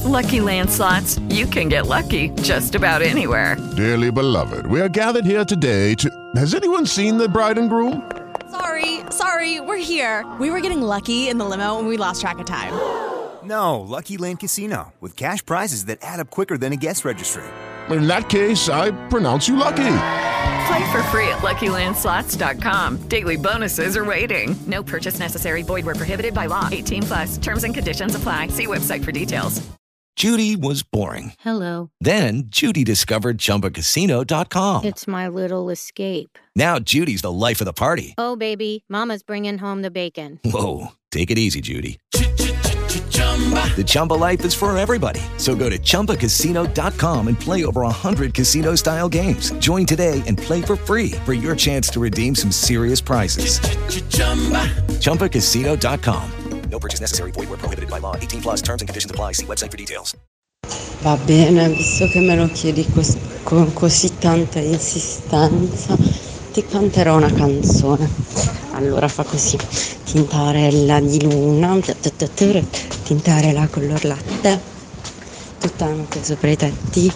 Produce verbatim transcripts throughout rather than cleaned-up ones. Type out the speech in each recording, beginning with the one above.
Lucky Land Slots, you can get lucky just about anywhere. Dearly beloved, we are gathered here today to... Has anyone seen the bride and groom? Sorry, sorry, we're here. We were getting lucky in the limo and we lost track of time. No, Lucky Land Casino, with cash prizes that add up quicker than a guest registry. In that case, I pronounce you lucky. Play for free at Lucky Land Slots dot com. Daily bonuses are waiting. No purchase necessary. Void where prohibited by law. eighteen plus. Terms and conditions apply. See website for details. Judy was boring. Hello. Then Judy discovered Chumba Casino dot com. It's my little escape. Now Judy's the life of the party. Oh, baby, mama's bringing home the bacon. Whoa, take it easy, Judy. The Chumba life is for everybody. So go to Chumba Casino dot com and play over one hundred casino-style games. Join today and play for free for your chance to redeem some serious prizes. Chumba Casino dot com. No purchase necessary. Void where prohibited by law. eighteen plus. Terms and conditions apply. See website for details. Va bene, visto che me lo chiedi cos- con così tanta insistenza, ti canterò una canzone. Allora fa così: tintarella di luna, tintarella color latte, tutta la notte sopra i tetti.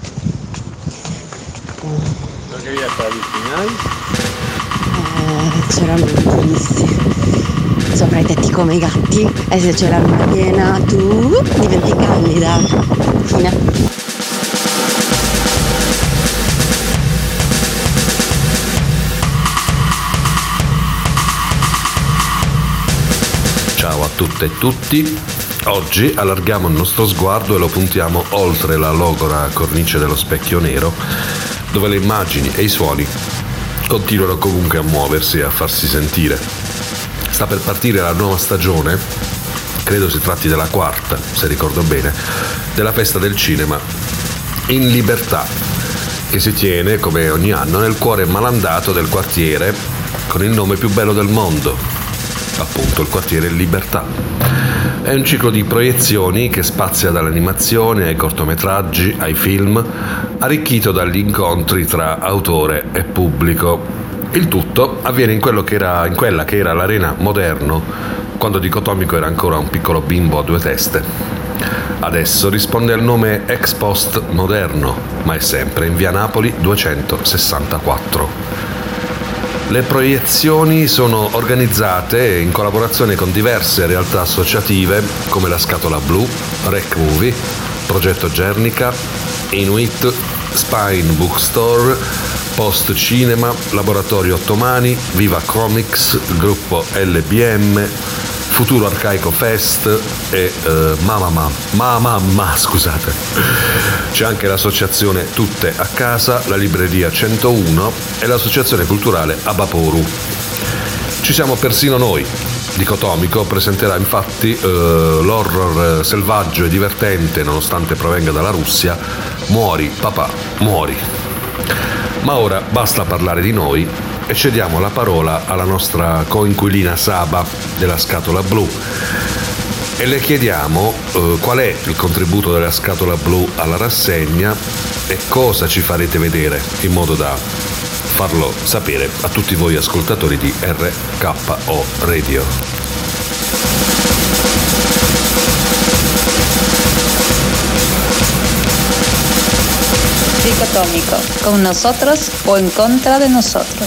Eh, c'erano bellissimi sopra i tetti come i gatti, e se c'è la luna piena tu diventi candida. Fine. Ciao a tutte e tutti. Oggi allarghiamo il nostro sguardo e lo puntiamo oltre la logora cornice dello specchio nero, dove le immagini e i suoni continuano comunque a muoversi e a farsi sentire. Sta per partire la nuova stagione, credo si tratti della quarta, se ricordo bene, della Festa del Cinema in Libertà, che si tiene, come ogni anno, nel cuore malandato del quartiere con il nome più bello del mondo, appunto il quartiere Libertà. È un ciclo di proiezioni che spazia dall'animazione ai cortometraggi, ai film, arricchito dagli incontri tra autore e pubblico. Il tutto avviene in, quello che era, in quella che era l'Arena Moderno, quando Dicotomico era ancora un piccolo bimbo a due teste. Adesso risponde al nome Ex Post Moderno, ma è sempre in via Napoli duecentosessantaquattro. Le proiezioni sono organizzate in collaborazione con diverse realtà associative come la Scatola Blu, Rec Movie, Progetto Gernica, Inuit, Spine Bookstore, Post Cinema, Laboratorio Ottomani, Viva Comics, gruppo L B M, Futuro Arcaico Fest e uh, Mamma Mamma Mamma, scusate. C'è anche l'associazione Tutte a Casa, la libreria centouno e l'associazione culturale Abaporu. Ci siamo persino noi. Dicotomico presenterà infatti uh, l'horror selvaggio e divertente, nonostante provenga dalla Russia, Muori papà, muori. Ma ora basta parlare di noi e cediamo la parola alla nostra coinquilina Saba della Scatola Blu e le chiediamo eh, qual è il contributo della Scatola Blu alla rassegna e cosa ci farete vedere, in modo da farlo sapere a tutti voi ascoltatori di R K O Radio. Dicotómico, con nosotros o en contra de nosotros.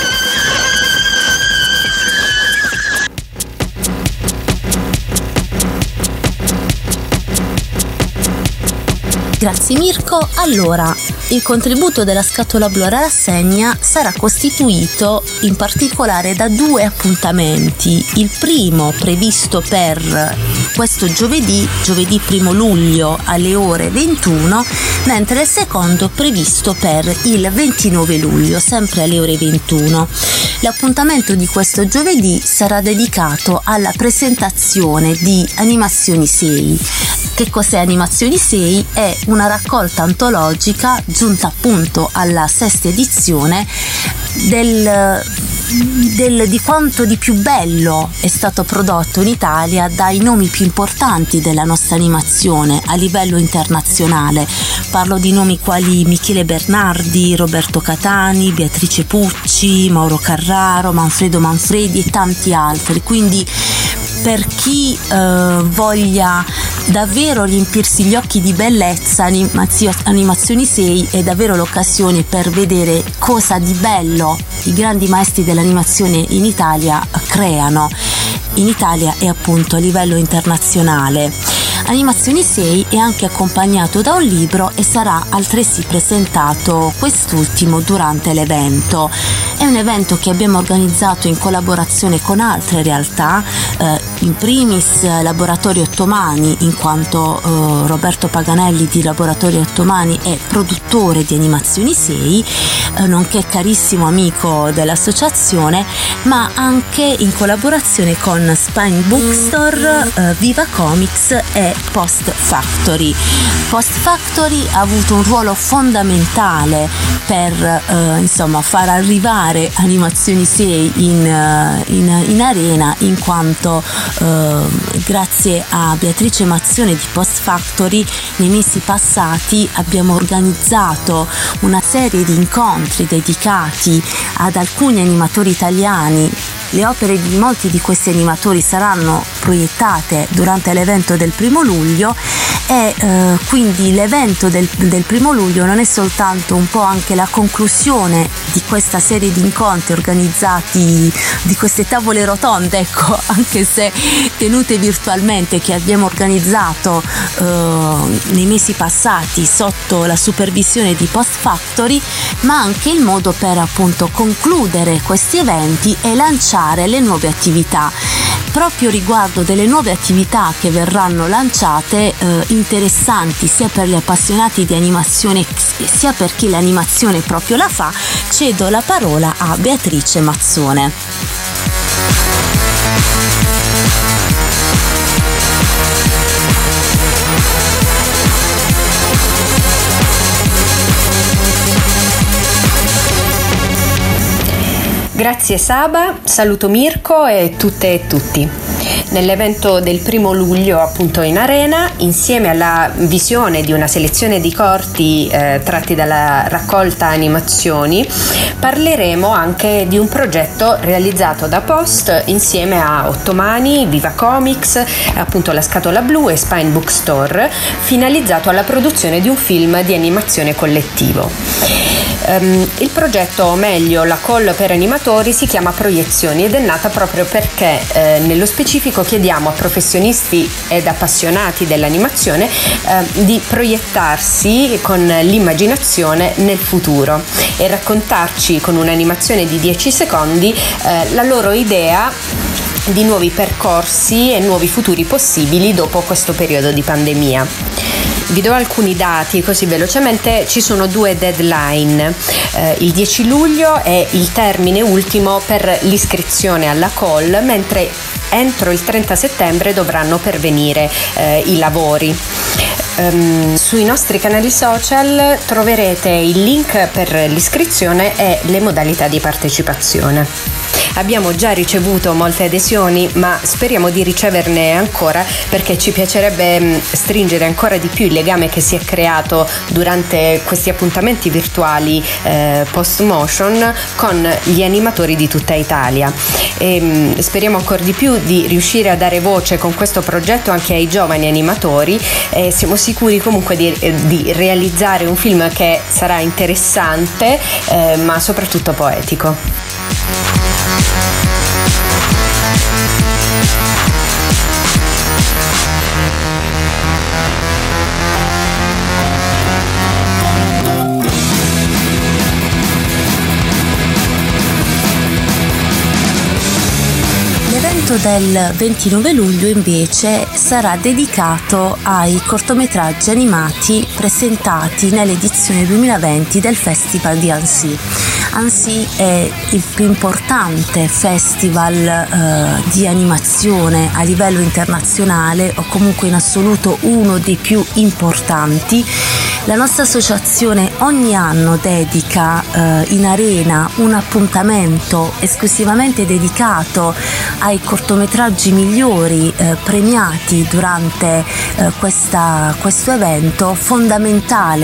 Grazie Mirko. Allora, il contributo della Scatola Blu alla rassegna sarà costituito in particolare da due appuntamenti. Il primo previsto per questo giovedì, giovedì primo luglio alle ore ventuno, mentre il secondo previsto per il ventinove luglio, sempre alle ore ventuno. L'appuntamento di questo giovedì sarà dedicato alla presentazione di Animazioni sei. Che cos'è Animazioni sei? È una raccolta antologica giunta appunto alla sesta edizione del, del di quanto di più bello è stato prodotto in Italia dai nomi più importanti della nostra animazione a livello internazionale. Parlo di nomi quali Michele Bernardi, Roberto Catani, Beatrice Pucci, Mauro Carraro, Manfredo Manfredi e tanti altri. Quindi per chi eh, voglia davvero riempirsi gli occhi di bellezza. Animazio- Animazioni sei è davvero l'occasione per vedere cosa di bello i grandi maestri dell'animazione in Italia creano, in Italia e appunto a livello internazionale. Animazioni sei è anche accompagnato da un libro e sarà altresì presentato quest'ultimo durante l'evento. È un evento che abbiamo organizzato in collaborazione con altre realtà, eh, in primis Laboratori Ottomani, in quanto eh, Roberto Paganelli di Laboratori Ottomani è produttore di Animazioni sei, eh, nonché carissimo amico dell'associazione, ma anche in collaborazione con Spine Bookstore, eh, Viva Comics e Post Factory. Post Factory ha avuto un ruolo fondamentale per eh, insomma far arrivare Animazioni sei in, in, in arena, in quanto eh, grazie a Beatrice Mazzone di Post Factory nei mesi passati abbiamo organizzato una serie di incontri dedicati ad alcuni animatori italiani. Le opere di molti di questi animatori saranno proiettate durante l'evento del primo luglio e eh, quindi l'evento del, del primo luglio non è soltanto un po' anche la conclusione di questa serie di incontri organizzati, di queste tavole rotonde, ecco, anche se tenute virtualmente, che abbiamo organizzato eh, nei mesi passati sotto la supervisione di Post Factory, ma anche il modo per appunto concludere questi eventi e lanciare le nuove attività. Proprio riguardo delle nuove attività che verranno lanciate, eh, interessanti sia per gli appassionati di animazione sia per chi l'animazione proprio la fa, cedo la parola a Beatrice Mazzone. Grazie Saba, saluto Mirko e tutte e tutti. Nell'evento del primo luglio appunto in arena, insieme alla visione di una selezione di corti eh, tratti dalla raccolta Animazioni, parleremo anche di un progetto realizzato da Post insieme a Ottomani, Viva Comics, appunto La Scatola Blu e Spine Bookstore, finalizzato alla produzione di un film di animazione collettivo. Um, il progetto, o meglio la call per animatori, si chiama Proiezioni ed è nata proprio perché eh, nello specifico chiediamo a professionisti ed appassionati dell'animazione eh, di proiettarsi con l'immaginazione nel futuro e raccontarci con un'animazione di dieci secondi eh, la loro idea di nuovi percorsi e nuovi futuri possibili dopo questo periodo di pandemia. Vi do alcuni dati così velocemente. Ci sono due deadline. Eh, il dieci luglio è il termine ultimo per l'iscrizione alla call, mentre entro il trenta settembre dovranno pervenire eh, i lavori. Um, sui nostri canali social troverete il link per l'iscrizione e le modalità di partecipazione. Abbiamo già ricevuto molte adesioni, ma speriamo di riceverne ancora, perché ci piacerebbe stringere ancora di più il legame che si è creato durante questi appuntamenti virtuali eh, post motion con gli animatori di tutta Italia. E, um, speriamo ancora di più di riuscire a dare voce con questo progetto anche ai giovani animatori e siamo sicuri comunque di, di realizzare un film che sarà interessante eh, ma soprattutto poetico. L'evento del ventinove luglio invece sarà dedicato ai cortometraggi animati presentati nell'edizione duemilaventi del Festival di Annecy. Annecy è il più importante festival eh, di animazione a livello internazionale, o comunque in assoluto uno dei più importanti. La nostra associazione ogni anno dedica eh, in arena un appuntamento esclusivamente dedicato ai cortometraggi migliori eh, premiati durante eh, questa, questo evento fondamentale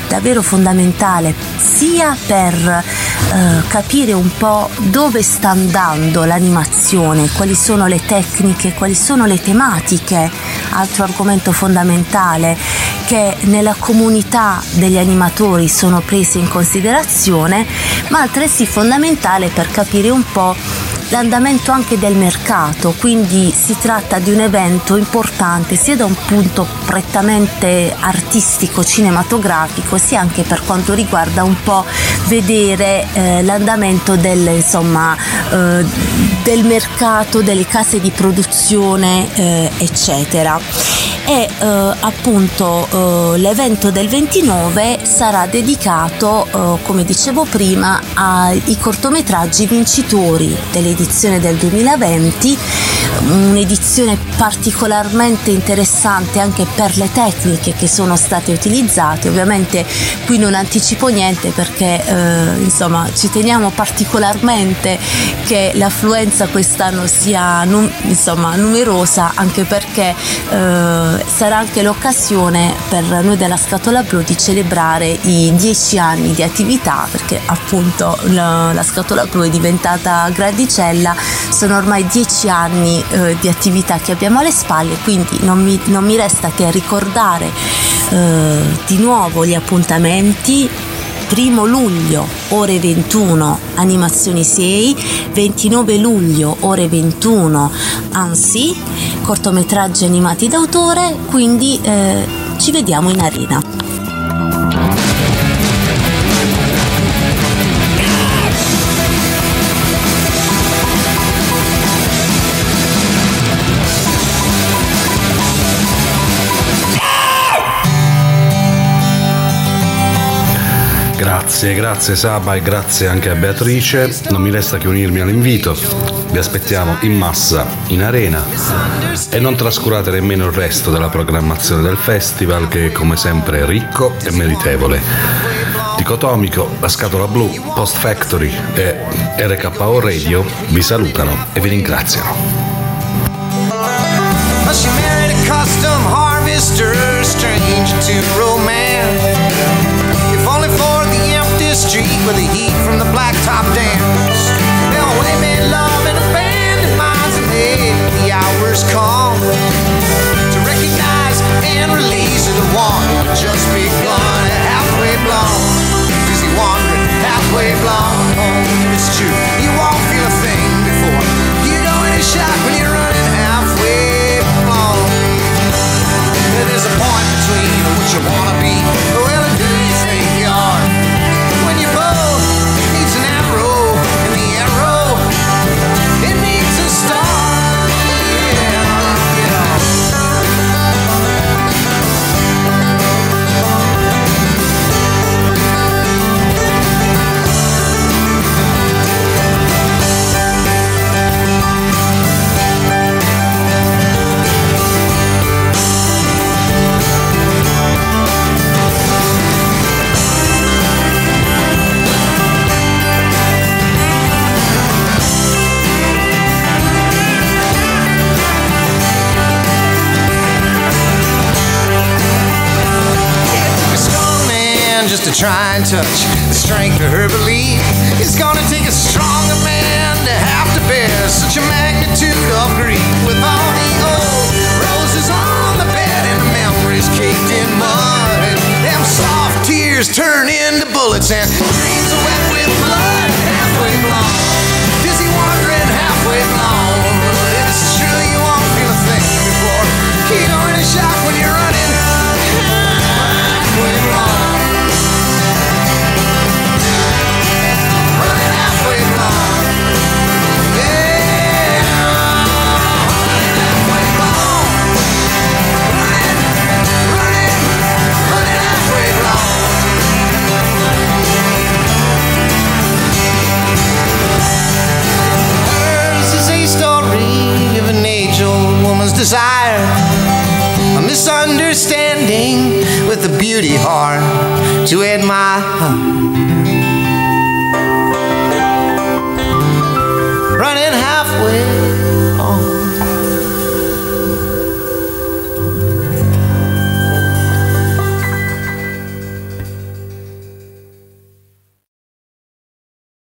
davvero fondamentale sia per eh, capire un po' dove sta andando l'animazione, quali sono le tecniche, quali sono le tematiche, altro argomento fondamentale che nella comunità degli animatori sono prese in considerazione, ma altresì fondamentale per capire un po' l'andamento anche del mercato. Quindi si tratta di un evento importante sia da un punto prettamente artistico cinematografico, sia anche per quanto riguarda un po' vedere eh, l'andamento del, insomma, eh, del mercato, delle case di produzione eh, eccetera. E eh, appunto eh, l'evento del ventinove sarà dedicato, eh, come dicevo prima, ai cortometraggi vincitori dell'edizione del duemilaventi, un'edizione particolarmente interessante anche per le tecniche che sono state utilizzate. Ovviamente qui non anticipo niente perché eh, insomma ci teniamo particolarmente che l'affluenza quest'anno sia num- insomma numerosa, anche perché eh, sarà anche l'occasione per noi della Scatola Blu di celebrare i dieci anni di attività, perché appunto la, la Scatola Blu è diventata grandicella, sono ormai dieci anni eh, di attività che abbiamo alle spalle, quindi non mi, non mi resta che ricordare eh, di nuovo gli appuntamenti. Primo luglio ore ventuno Animazioni sei, ventinove luglio ore ventuno Ansi, cortometraggi animati d'autore, quindi eh, ci vediamo in arena. Grazie, grazie Saba e grazie anche a Beatrice. Non mi resta che unirmi all'invito. Vi aspettiamo in massa in arena e non trascurate nemmeno il resto della programmazione del festival, che come sempre è ricco e meritevole. Dicotomico, La Scatola Blu, Post Factory e R K O Radio vi salutano e vi ringraziano. Street with the heat from the blacktop dance. Now when they made love in abandoned mines and made the hours come to recognize and release the one who just begun, halfway blown, busy wandering, halfway blown. It's true, you won't feel a thing before you go in a shock when you're running halfway blown. There's a point between what you wanna be, well, and who you think you are. When your bow needs an arrow, and the arrow, it needs a star. Yeah, yeah. Just to try and touch the strength of her belief. It's gonna take a stronger man to have to bear such a magnitude of grief. With all the old roses on the bed and the memories caked in mud, and them soft tears turn into bullets and dreams are wet with blood. Halfway blown, dizzy wandering, halfway blown. It's true, you won't feel a thing before you go in a shock when you're running halfway blown. Desire, a misunderstanding with a beauty hard to admire.